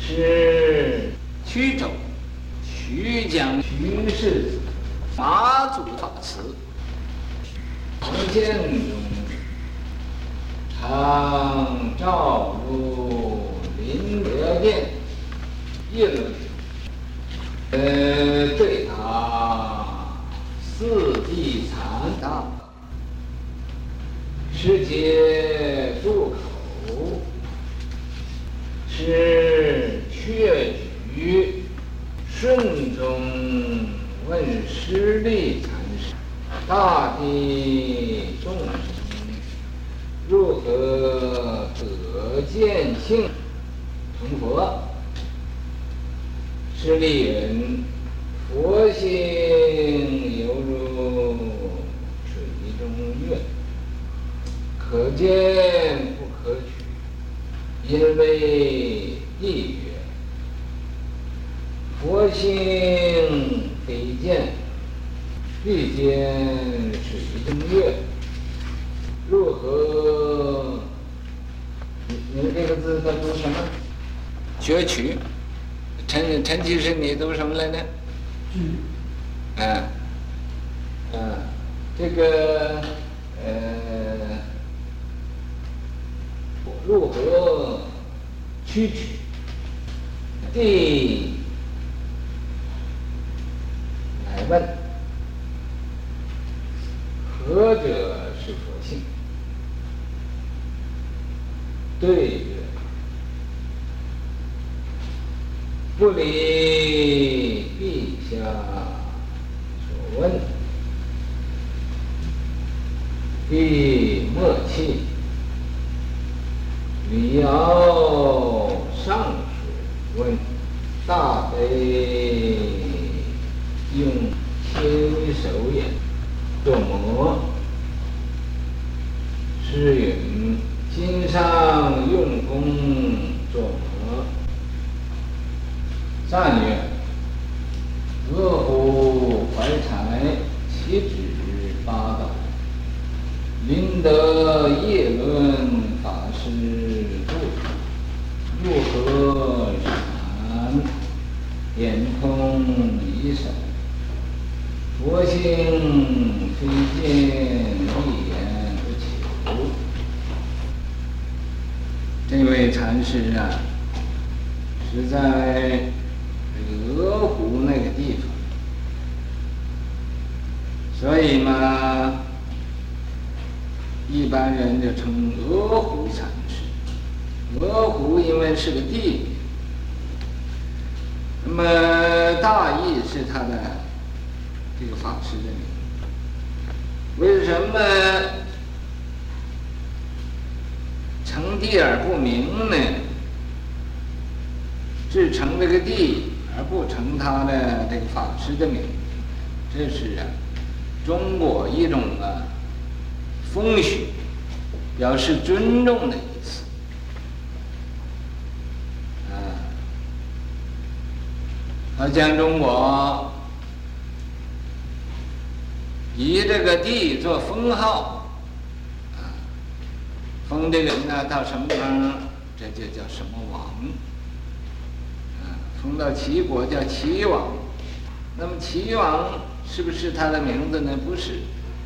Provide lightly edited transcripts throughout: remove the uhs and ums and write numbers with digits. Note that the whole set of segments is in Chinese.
是曲州曲江徐氏子马祖法师， 唐宪宗常召入麟德殿议论，对他四季禅道，世界入口，是确举顺中问师利禅师，大地众生如何得见性成佛？师利人，佛性犹如水中月，可见不可取，因为地月。佛性非见，必见水中月。如何？你们这个字在读什么？ 学曲。陈其实你读什么来着？ 这个如何取地来问，何者是佛性？对曰：不理陛下所问，必莫弃。李敖上书问，大悲用亲手眼作魔。诗云：今上用功作魔。赞曰：鹅湖怀才，岂止八斗？麟德业论法师著，如何禅？点空一手，佛性非见，一言不求。这位禅师啊，是在鹅湖那个地方，所以嘛，一般人就称鹅湖禅师。鹅湖因为是个地名，那么大意是他的这个法师的名。为什么称地而不明呢？只称这个地而不称他的这个法师的名，这是中国一种风俗，表示尊重的意思。好像中国以这个地做封号，封这个人呢到什么地方，这就叫什么王。封到齐国叫齐王，那么齐王是不是他的名字呢？不是，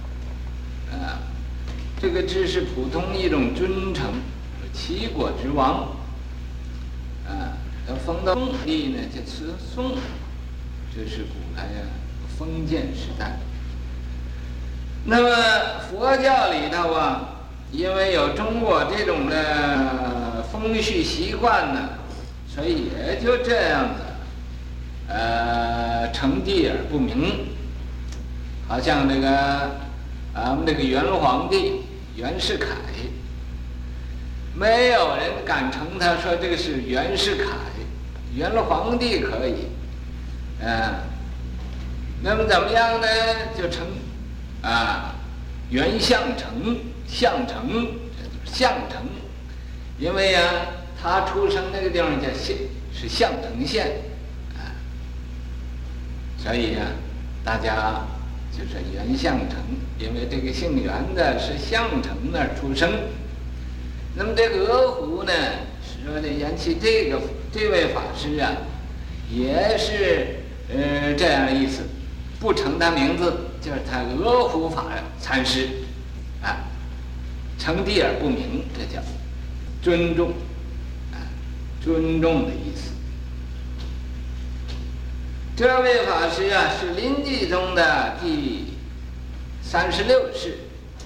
这个只是普通一种尊称，齐国之王，要封到宋地呢，就吃宋，这是古来封建时代。那么佛教里头因为有中国这种的风俗习惯呢，所以也就这样子，称地而不明。好像这个我们这个元皇帝袁世凯，没有人敢称他说这个是袁世凯，元皇帝可以，那么怎么样呢？就称袁相成，相成，相成，因为他出生那个地方叫是项城县，所以大家就说袁相成，因为这个姓袁的是项城那儿出生。那么这个鹅湖呢，是说的缘起这位法师啊，也是这样的意思，不称他名字，就是他鹅湖法禅师，啊，称地而不明，这叫尊重，啊，尊重的意思。这位法师啊，是临济宗的第36世，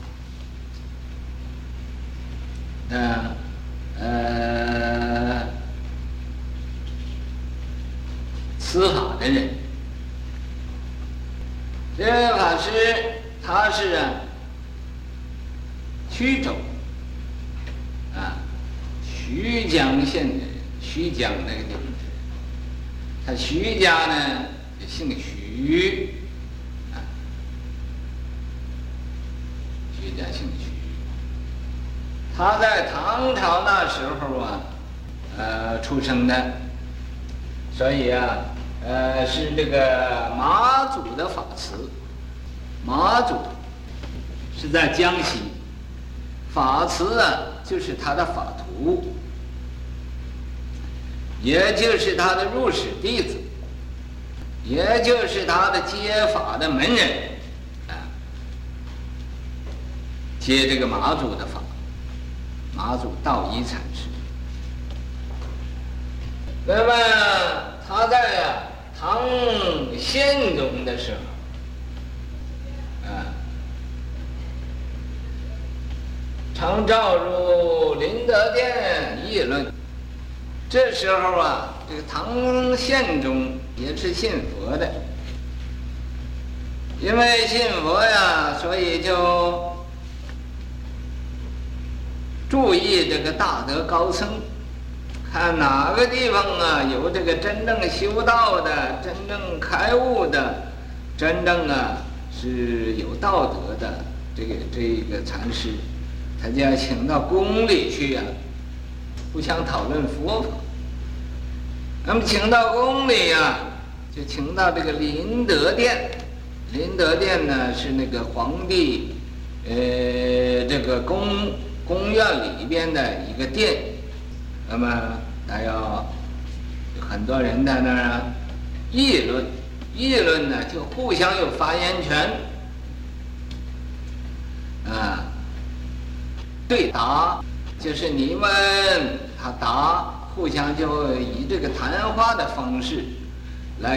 司法的人。这位法师他是曲州徐江县的人，徐江那个地方的人。他徐家呢就姓徐，徐家姓徐。他在唐朝那时候出生的，所以是这个马祖的法慈。马祖是在江西，法慈就是他的法徒，也就是他的入室弟子，也就是他的接法的门人，接这个马祖的法，马祖道一禅师。那么他在唐宪宗的时候，常召入麟德殿议论。这时候这个唐宪宗也是信佛的，因为信佛所以就注意这个大德高僧，看哪个地方有这个真正修道的、真正开悟的、真正是有道德的这个禅师，他就要请到宫里去互相讨论佛法。那么请到宫里就请到这个麟德殿。麟德殿呢是那个皇帝这个宫院里边的一个殿。那么还有很多人在那儿议论呢，就互相有发言权对答，就是你问他答，互相就以这个谈话的方式来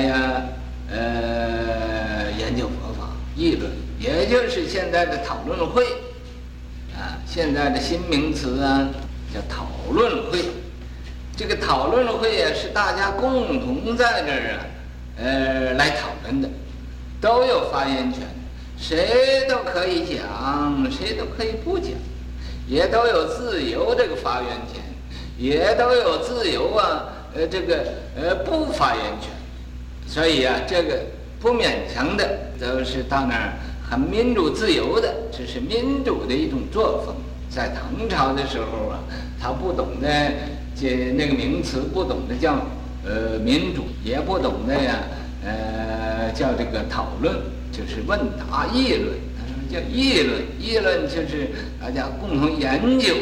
研究佛法议论，也就是现在的讨论会现在的新名词叫讨论会。这个讨论会是大家共同在这儿来讨论的，都有发言权，谁都可以讲，谁都可以不讲，也都有自由这个发言权，也都有自由这个不发言权。所以这个不勉强的，都是到那儿很民主自由的，这是民主的一种作风。在唐朝的时候他不懂得那个名词，不懂得叫民主，也不懂得叫这个讨论，就是问答议论，叫议论。议论就是大家共同研究，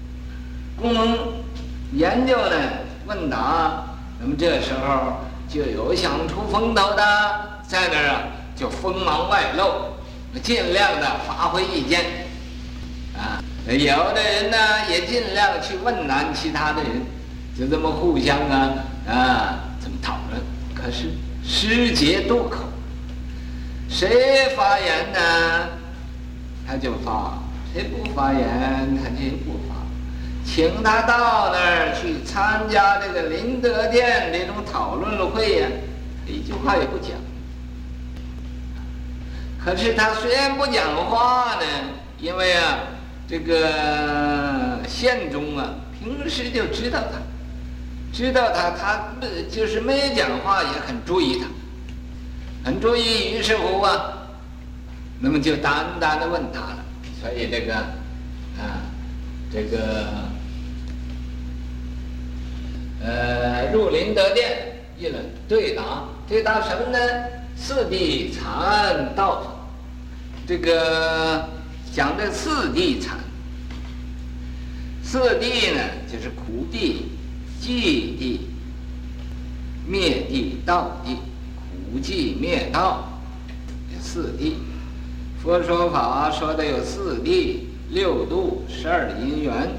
呢问答。那么这时候就有想出风头的，在那儿就锋芒外露，尽量的发挥意见有的人呢也尽量去问难其他的人，就这么互相怎么讨论。可是失节渡口，谁发言呢他就发，谁不发言他就不发。请他到那儿去参加这个麟德殿这种讨论会一句话也不讲。可是他虽然不讲话呢，因为这个宪宗平时就知道他，他就是没讲话也很注意他，很注意。于是乎那么就单单的问他了。所以这个入麟德殿议论对答什么呢？四谛禅道法。这个讲的四谛禅，四谛呢就是苦谛、 寂地、灭地、道地，苦寂灭道，这四谛。佛说法说的有四谛、六度、12因缘。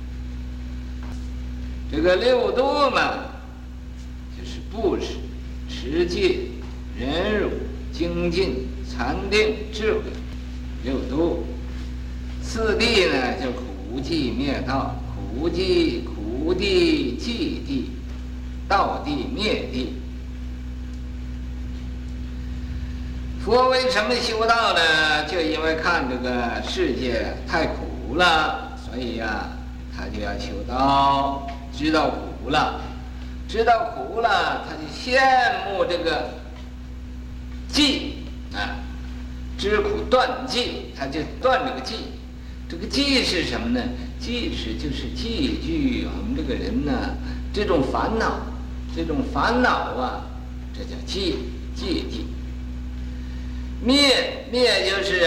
这个六度嘛，就是布施、持戒、忍辱、精进、禅定、智慧，六度。四谛呢，就苦寂灭道，苦地、寂地、道地、灭地。佛为什么修道呢？就因为看这个世界太苦了，所以呀，他就要修道。知道苦了，他就羡慕这个寂啊，知苦断寂，他就断这个寂。这个寂是什么呢？寂就是记据我们这个人呢，这种烦恼啊，这叫寂地。灭就是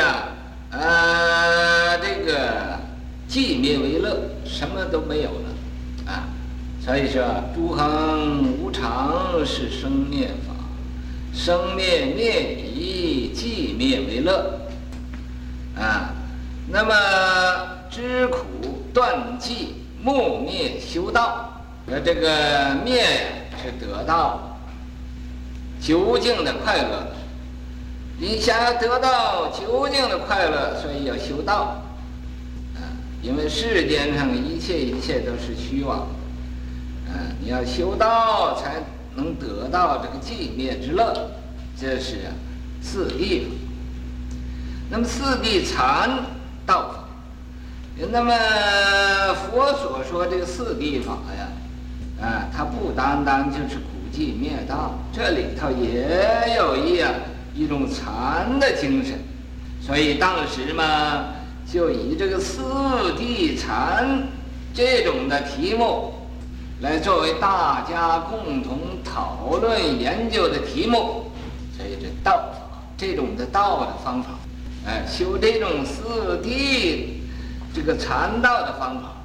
这个寂灭为乐，什么都没有了啊。所以说，诸行无常是生灭法，生灭灭彼，寂灭为乐啊。那么知苦断寂，莫灭修道。这个灭是得到究竟的快乐。你想要得到究竟的快乐，所以要修道啊。因为世间上一切都是虚妄。你要修道才能得到这个寂灭之乐，这是四谛法。那么四谛禅道法，那么佛所说这个四谛法呀，它不单单就是苦寂灭道，这里头也有一种禅的精神。所以当时嘛，就以这个四谛禅这种的题目来作为大家共同讨论研究的题目。所以这道法，这种的道的方法，修这种四谛这个禅道的方法，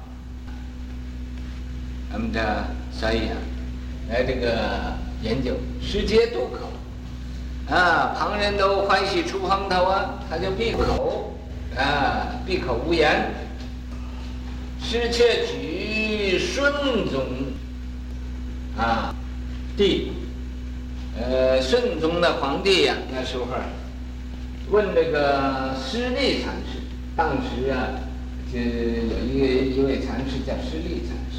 那么所以来这个研究世界渡口旁人都欢喜出风头他就闭口无言，是却举顺宗顺宗的皇帝那时候问这个施利禅师，当时就有一位禅师叫施利禅师，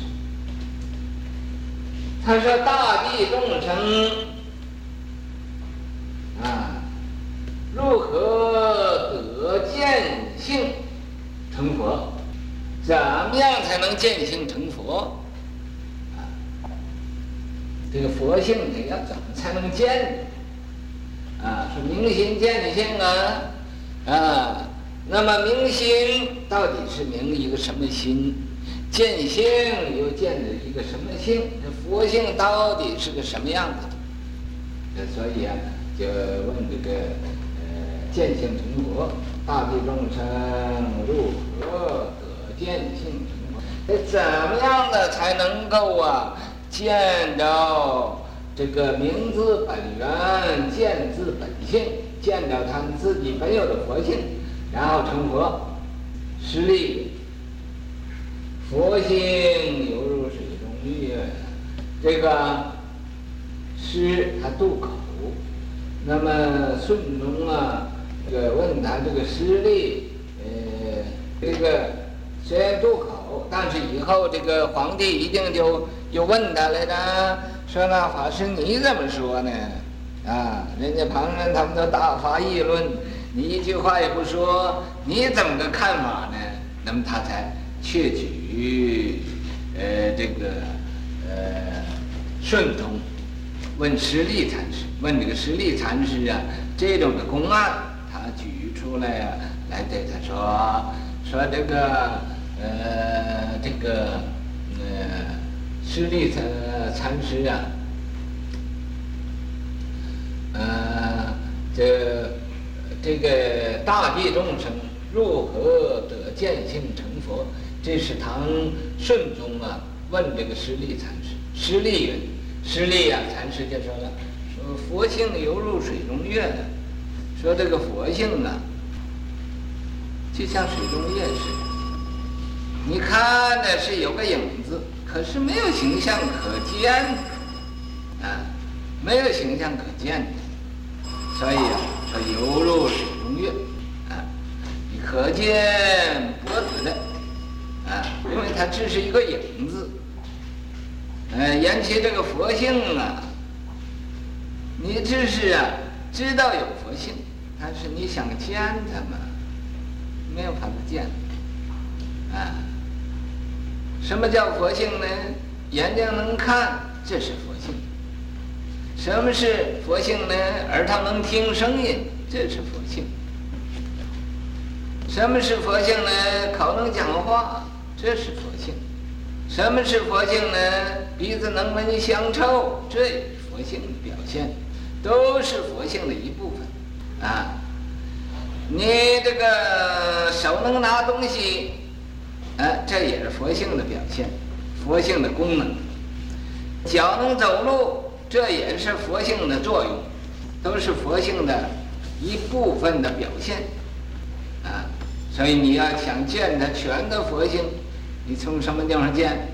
他说大地众生如何得见性成佛？怎么样才能见性成佛？这个佛性得要怎么才能见？说明心见性那么明心到底是明一个什么心？见性又见了一个什么性？这佛性到底是个什么样子？所以就问这个见性成佛，大地众生如何得见性成佛？怎么样的才能够见着这个明自本源，见自本性，见着他自己本有的佛性，然后成佛。实力佛性犹如水中月，这个师他渡口，那么顺宗这个问他这个师力，这个虽然渡口，但是以后这个皇帝一定就又问他来着，说那法师你怎么说呢？人家旁人他们都大发议论，你一句话也不说，你怎么个看法呢？那么他才确举这个顺宗问施利禅师，问这个施利禅师这种的公案，他举出来来对他说这个施利禅师这个大地众生如何得见性成佛？这是唐顺宗问这个施利禅师，施利云，施利呀，禅师就说了，说佛性犹如水中月，说这个佛性啊，就像水中月似的，你看的是有个影子，可是没有形象可见啊，没有形象可见的，所以啊，说犹如水中月啊，你可见不得的啊，因为它只是一个影子。言其这个佛性啊，你只是啊知道有佛性，但是你想见它嘛，没有法子见啊。什么叫佛性呢？眼睛能看，这是佛性。什么是佛性呢？耳朵能听声音，这是佛性。什么是佛性呢？口能讲话，这是佛性。什么是佛性呢？鼻子能闻香臭，这也是佛性的表现，都是佛性的一部分啊。你这个手能拿东西，这也是佛性的表现，佛性的功能。脚能走路，这也是佛性的作用，都是佛性的一部分的表现啊。所以你要想见它全的佛性，你从什么地方见？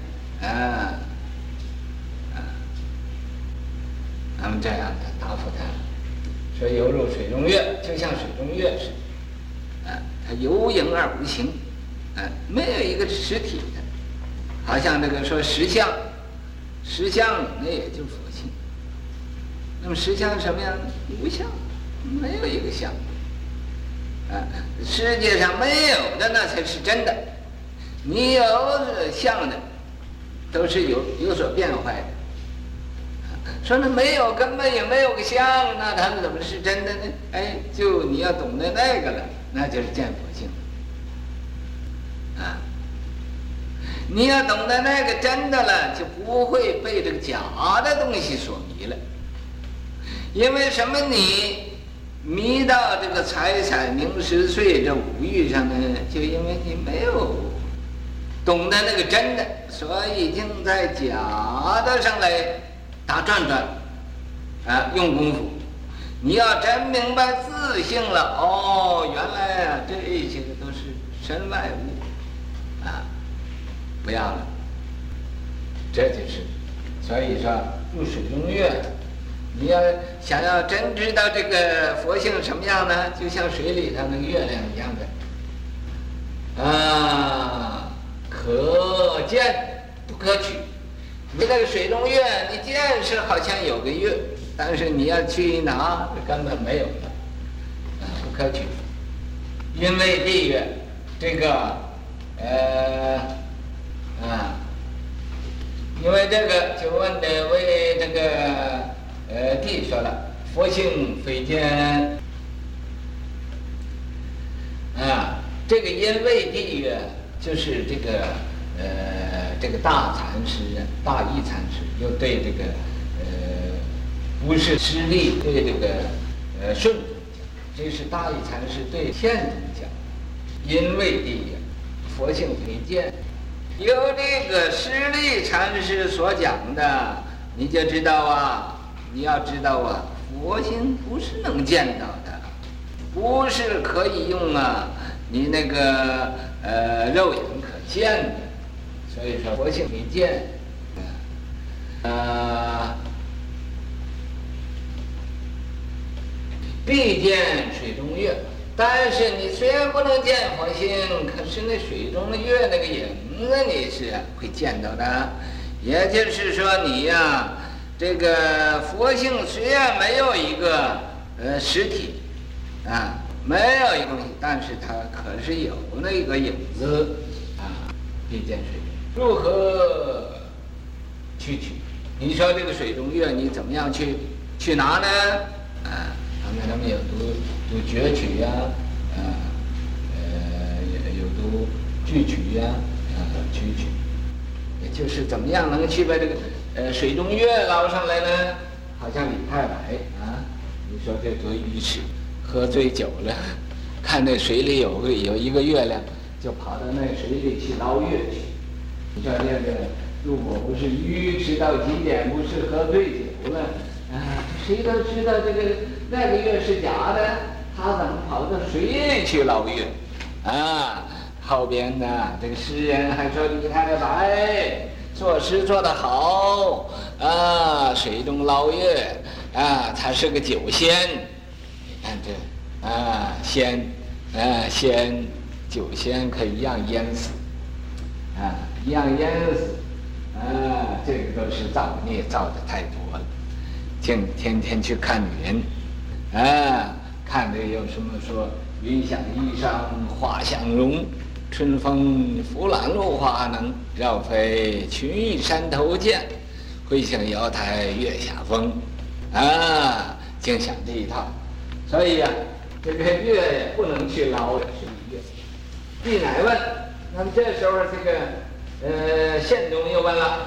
他们这样的答复他，说犹如水中月，就像水中月似的，它有影而无形，没有一个实体的，好像这个说实相，实相那也就佛性。那么实相什么样？无相，没有一个相。世界上没有的那才是真的，你有相的，都是有所变坏的。说那没有，根本也没有个相，那它怎么是真的呢？就你要懂得那个了，那就是见佛性啊。你要懂得那个真的了，就不会被这个假的东西所迷了。因为什么？你迷到这个财产名食睡这五欲上呢，就因为你没有懂得那个真的，所以竟在假的上来打转转，用功夫。你要真明白自性了，原来啊，这些都是身外物，不要了。这就是，所以说入水中月，你要想要真知道这个佛性什么样呢？就像水里头那个月亮一样的，可见不可取。你那个水中月，你见是好像有个月，但是你要去拿，根本没有了，不可取。因为地月，这个，因为这个就问的为这个地说了，佛性非见，这个因为地月就是这个。这个大禅师大义禅师又对这个不是施利对这个顺宗讲，这是大义禅师对天宗讲，因为地佛性非见，由这个施利禅师所讲的，你就知道你要知道佛性不是能见到的，不是可以用你那个肉眼可见的。所以说佛性非见，必见水中月。但是你虽然不能见佛性，可是那水中的月那个影子你是会见到的。也就是说你这个佛性虽然没有一个实体没有一个东西，但是它可是有那个影子必见水中。如何去取？你说这个水中月，你怎么样去拿呢？他们有读攫取有读锯取取取，也就是怎么样能去把这个水中月捞上来呢？好像李太白你说这多愚痴，喝醉酒了，看那水里有一个月亮，就跑到那水里去捞月去。你说这个如果不是愚痴到极点，不是喝醉酒了，谁都知道这个那个月是假的，他怎么跑到水里去捞月？后边呢，这个诗人还说李太白作诗做得好水中捞月他是个酒仙。你看这仙酒仙可以一样淹死一样淹死这个都是造孽造的太多了，天天去看云看这有什么说云想衣裳花想容，春风拂槛露华能，绕飞群玉山头见，会向瑶台月下风净想这一套。所以这个月不能去捞水月。帝乃问，那么这时候这个宪宗又问了，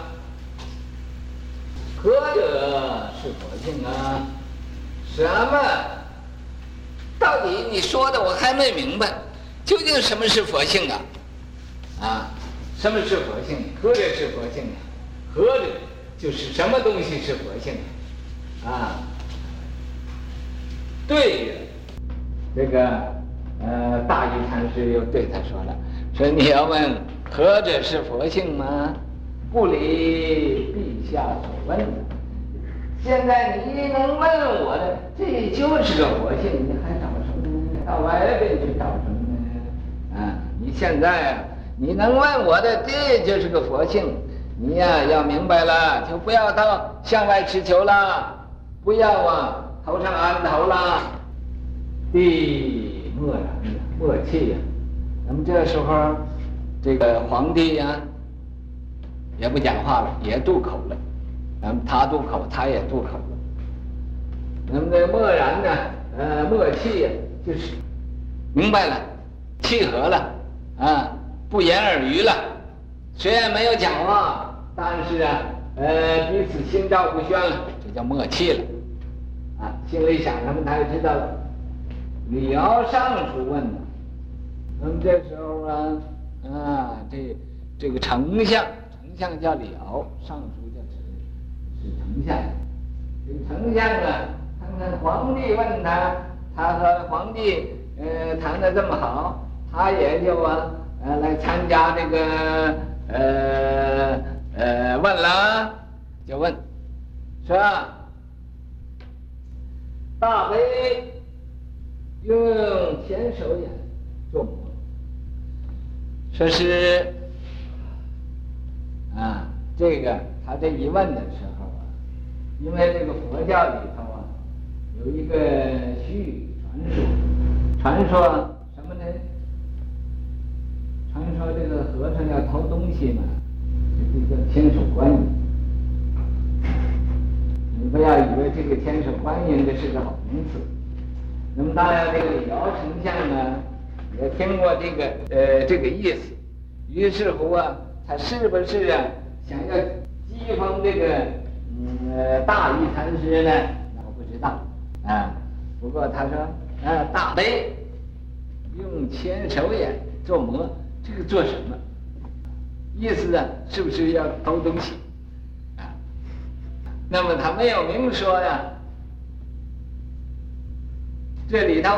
何者是佛性啊？什么？到底你说的我还没明白，究竟什么是佛性什么是佛性？何者是佛性何者就是什么东西是佛性对着这个大愚禅师又对他说了，说你要问何者是佛性吗？不理陛下所问。现在你能问我的，这就是个佛性，你还找什么呢？到外边去找什么呢？你现在你能问我的，这就是个佛性。你要明白了，就不要到向外祈求了，不要头上安头了。帝默然默契那么这时候，这个皇帝也不讲话了，也渡口了。那么他渡口，他也渡口了。那么这默然默契就是明白了，契合了不言而喻了。虽然没有讲话，但是彼此心照不宣了，这叫默契了心里想什么他就知道了。李敖上书问那么这时候这个丞相叫李敖，上书是丞相。这个丞相看看皇帝问他和皇帝谈得这么好，他也就来参加这个问了，就问说大悲用前手眼做魔，说是这个他这一问的时候因为这个佛教里头有一个虚语传说什么呢？传说这个和尚要偷东西嘛，这叫千手观音。你不要以为这个千手观音这是个好名词。那么当然，这个李敖丞相也听过这个意思，于是乎他是不是想要讥讽这个大愚禅师呢？那我不知道不过他说大悲用千手眼做魔，这个做什么？意思是不是要偷东西那么他没有明说这里头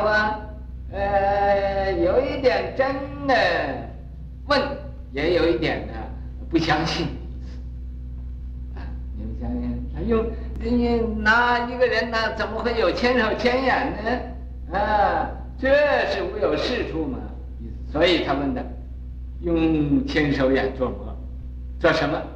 有一点真的问，也有一点不相信你们相信？你拿一个人怎么会有千手千眼呢？这是无有是处嘛。所以他问的，用千手眼做魔，做什么？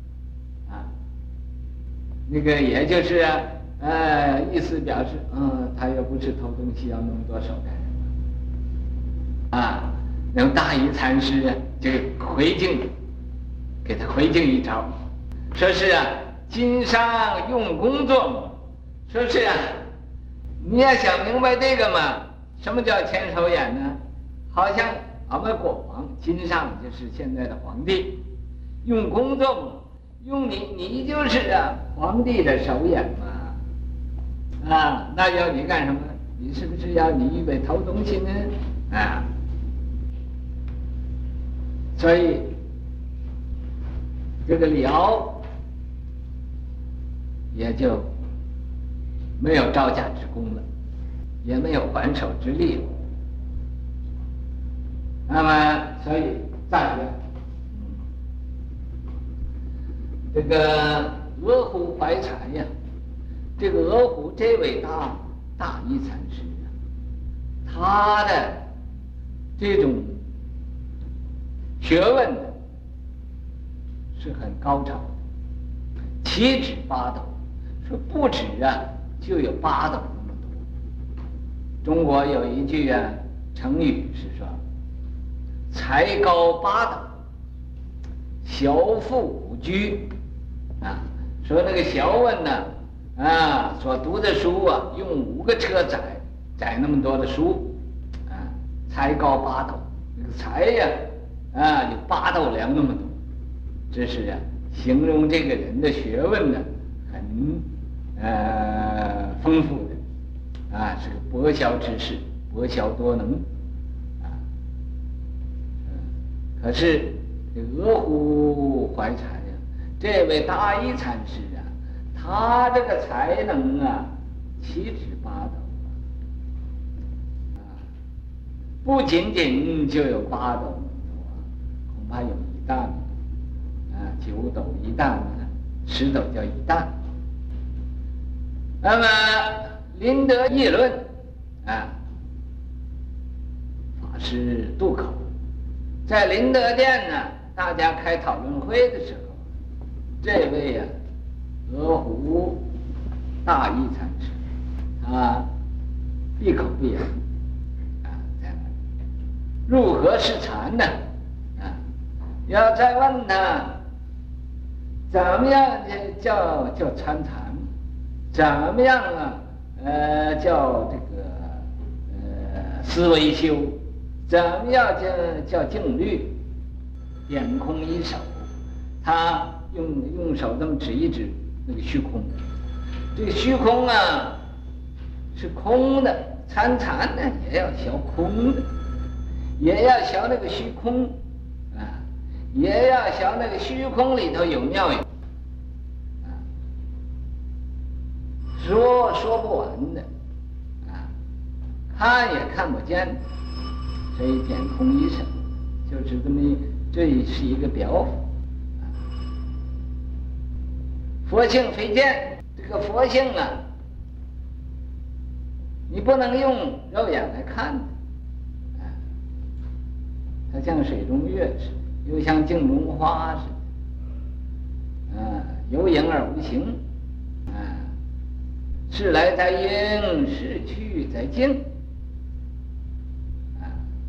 那个也就是意思表示，他又不是偷东西，要那么多手干什么？那么大愚禅师就回敬，给他回敬一招，说是经商用功做魔，说是你要想明白这个嘛，什么叫千手眼呢？好像我们国王经商就是现在的皇帝，用功做魔，用你就是皇帝的手眼嘛，那要你干什么？你是不是要你预备偷东西呢？所以这个了也就没有招架之功了，也没有还手之力了。那么，所以再来，这个鹅湖怀才呀，这个鹅湖这位大一禅师啊，他的这种学问呢是很高超的，岂止八斗，说不止啊，就有八斗那么多。中国有一句啊成语是说才高八斗，小富五车啊，说那个学问呢啊，所读的书啊，用5个车载那么多的书啊，才高八斗，那个才呀啊有8斗量那么多，这是啊形容这个人的学问呢很丰富的啊，是个博学之士，博学多能啊。可是这鹅湖怀才呀，这位大一禅师啊，他这个才能啊，七指八斗啊，不仅仅就有8斗那么多，恐怕有1担啊，9斗1担呢，10斗叫1担。那么林德议论啊，法师渡口，在林德殿呢，大家开讨论会的时候，这位呀、鹅湖大一禅师，他闭口不言啊，在那如何是禅呢？啊，要再问他怎么样叫参禅？怎么样啊？叫这个思维修，怎么样叫静虑？点空一手，他用手这么指一指那个虚空，这个虚空啊是空的，参禅呢也要学空的，也要学那个虚空啊，也要学那个虚空里头有妙有。说不完的，啊，看也看不见的，所以点空一手，就是这是一个表法。佛性非见，这个佛性啊，你不能用肉眼来看的，啊，它像水中月似的，又像镜中花似的，啊，有影而无形，啊。是来在应，是去在静，啊，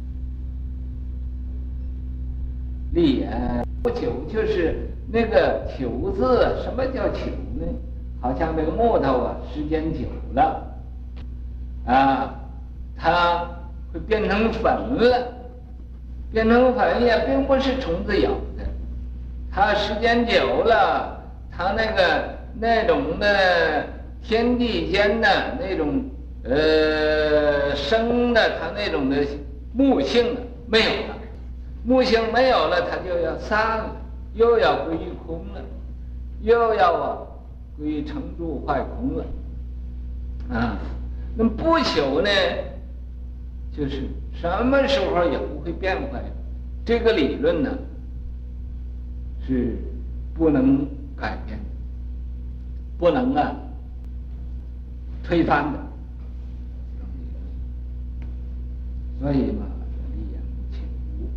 立言不久就是那个朽字，什么叫朽呢？好像那个木头啊，时间久了，啊，它会变成粉了，变成粉也并不是虫子咬的，它时间久了，它那种的。天地间的那种生的，它那种的木性没有了，木性没有了，它就要散了，又要归于空了，又要归于成住坏空了，啊，那么不朽呢，就是什么时候也不会变坏，这个理论呢是不能改变的，不能啊。推翻的，所以嘛，立言不轻。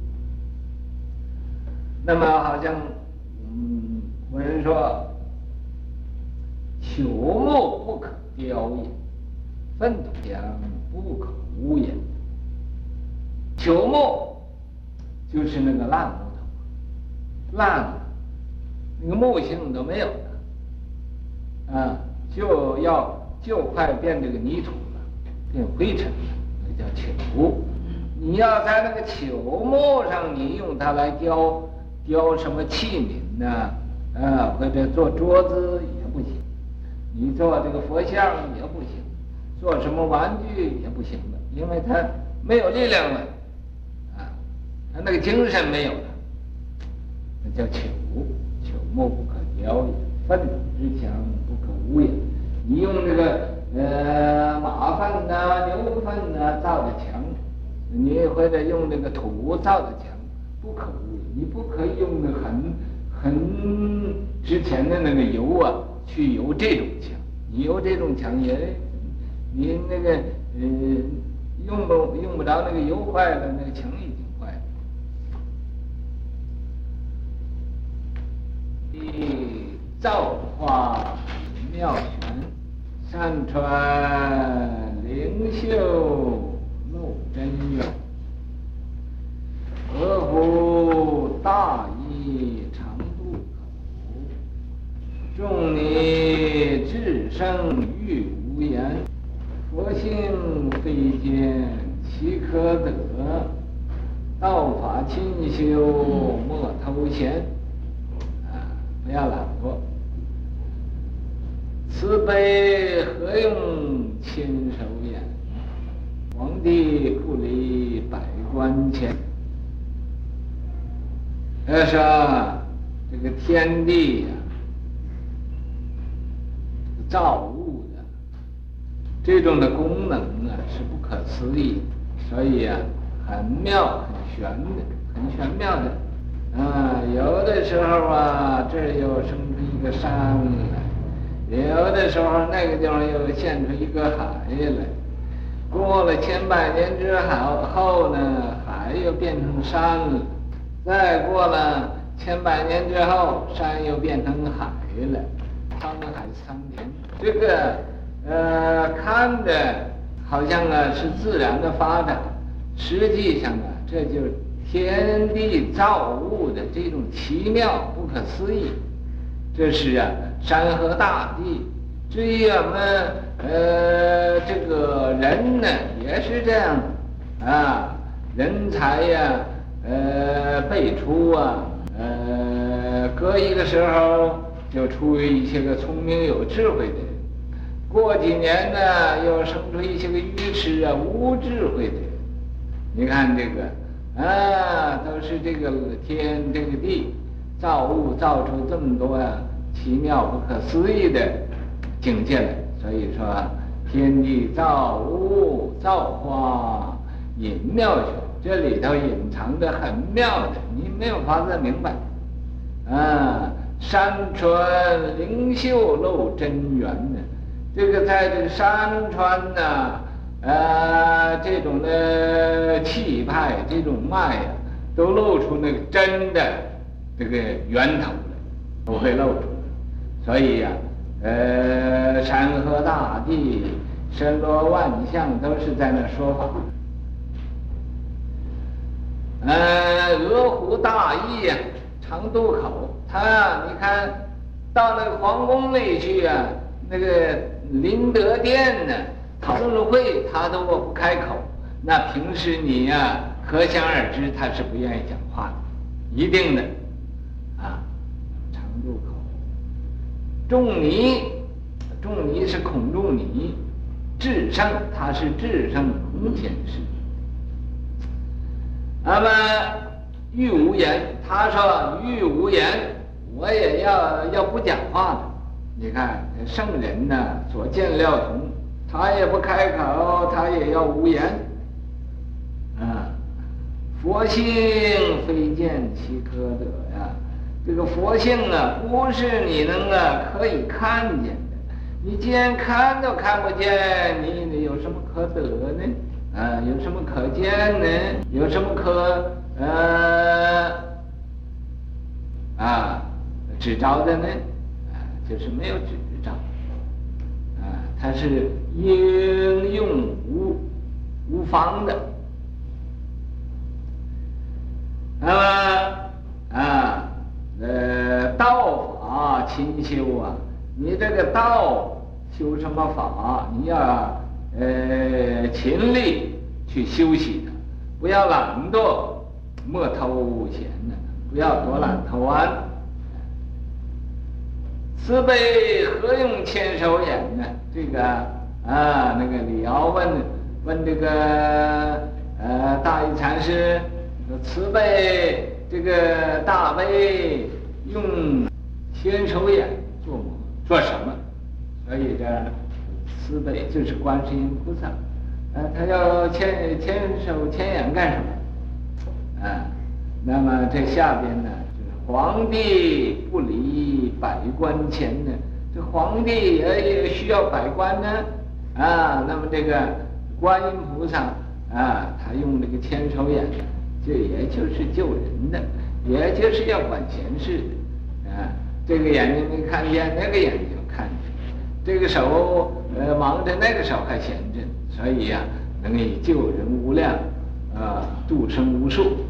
那么好像，古人说，朽木不可雕也，粪土墙不可污也。朽木就是那个烂木头，烂了，那个木性都没有了，啊，就快变这个泥土了，变灰尘了，那叫朽。你要在那个朽木上，你用它来雕什么器皿呢？或者做桌子也不行，你做这个佛像也不行，做什么玩具也不行了，因为它没有力量了，啊，它那个精神没有了，那叫朽莫不可雕也。粪之强，不可污也。你用这个马粪呐、牛粪呐造的墙，你或者用这个土造的墙，不可污也。你不可以用的很之前的那个油啊去油这种墙，你油这种墙也，你那个用不着那个油坏了，那个墙已经坏了。造化妙玄，山川灵秀露真远，合乎大义常渡口，众尼至圣欲无言，佛性非见其可得，道法清修莫偷闲。不要懒惰，慈悲何用千手眼？皇帝不离百官前。说这个天地呀、造物的这种的功能啊是不可思议，所以啊很妙、很玄妙的。有的时候啊，这儿又生出一个山来，有的时候那个地方又现出一个海来。过了千百年之后呢，海又变成山了。再过了千百年之后，山又变成海了。沧海桑田，这个看着好像啊是自然的发展，实际上啊这就是天地造物的这种奇妙不可思议。这是啊山河大地。至于我们这个人呢也是这样啊，人才呀辈出啊，隔一个时候就出一些个聪明有智慧的人，过几年呢又生出一些个愚痴啊无智慧的人。你看这个都是这个天这个地造物造出这么多呀奇妙不可思议的境界来。所以说天地造物造化隐妙学，这里头隐藏着很妙的，你没有法子明白。山川灵秀露真源呢，这个在这个山川呐这种的气派，这种脉呀，都露出那个真的这个源头来，都会露出来。所以呀，山河大地、森罗万象都是在那说法。鹅湖大义呀，常渡口。你看到那个皇宫里去啊，那个麟德殿呢，讨论会他都不开口，那平时你呀可想而知他是不愿意讲话的，一定的常渡口。仲尼是孔仲尼，至圣他是至圣空前世。那么欲无言，他说欲无言，我也要不讲话了。你看圣人呢所见料同，他也不开口，他也要无言。佛性非见其可得呀，这个佛性啊不是你能可以看见的，你既然看都看不见，你有什么可得呢？有什么可见呢？有什么可指招的呢？就是没有指招。它是应用无方的。那么道法勤修啊，你这个道修什么法？你要勤力去修习它，不要懒惰，莫偷闲呢，不要多懒偷安。慈悲何用千手眼呢？这个那个李敖问这个大义禅师说，慈悲这个大悲用千手眼做么？做什么？所以这慈悲就是观世音菩萨，他要千手千眼干什么？那么这下边呢，就是皇帝不离百官前呢，这皇帝也需要百官呢，那么这个观音菩萨他用这个千手眼，这也就是救人的，也就是要管闲事的，这个眼睛没看见，那个眼睛看见，这个手忙着，那个手还闲着，所以能以救人无量，度生无数。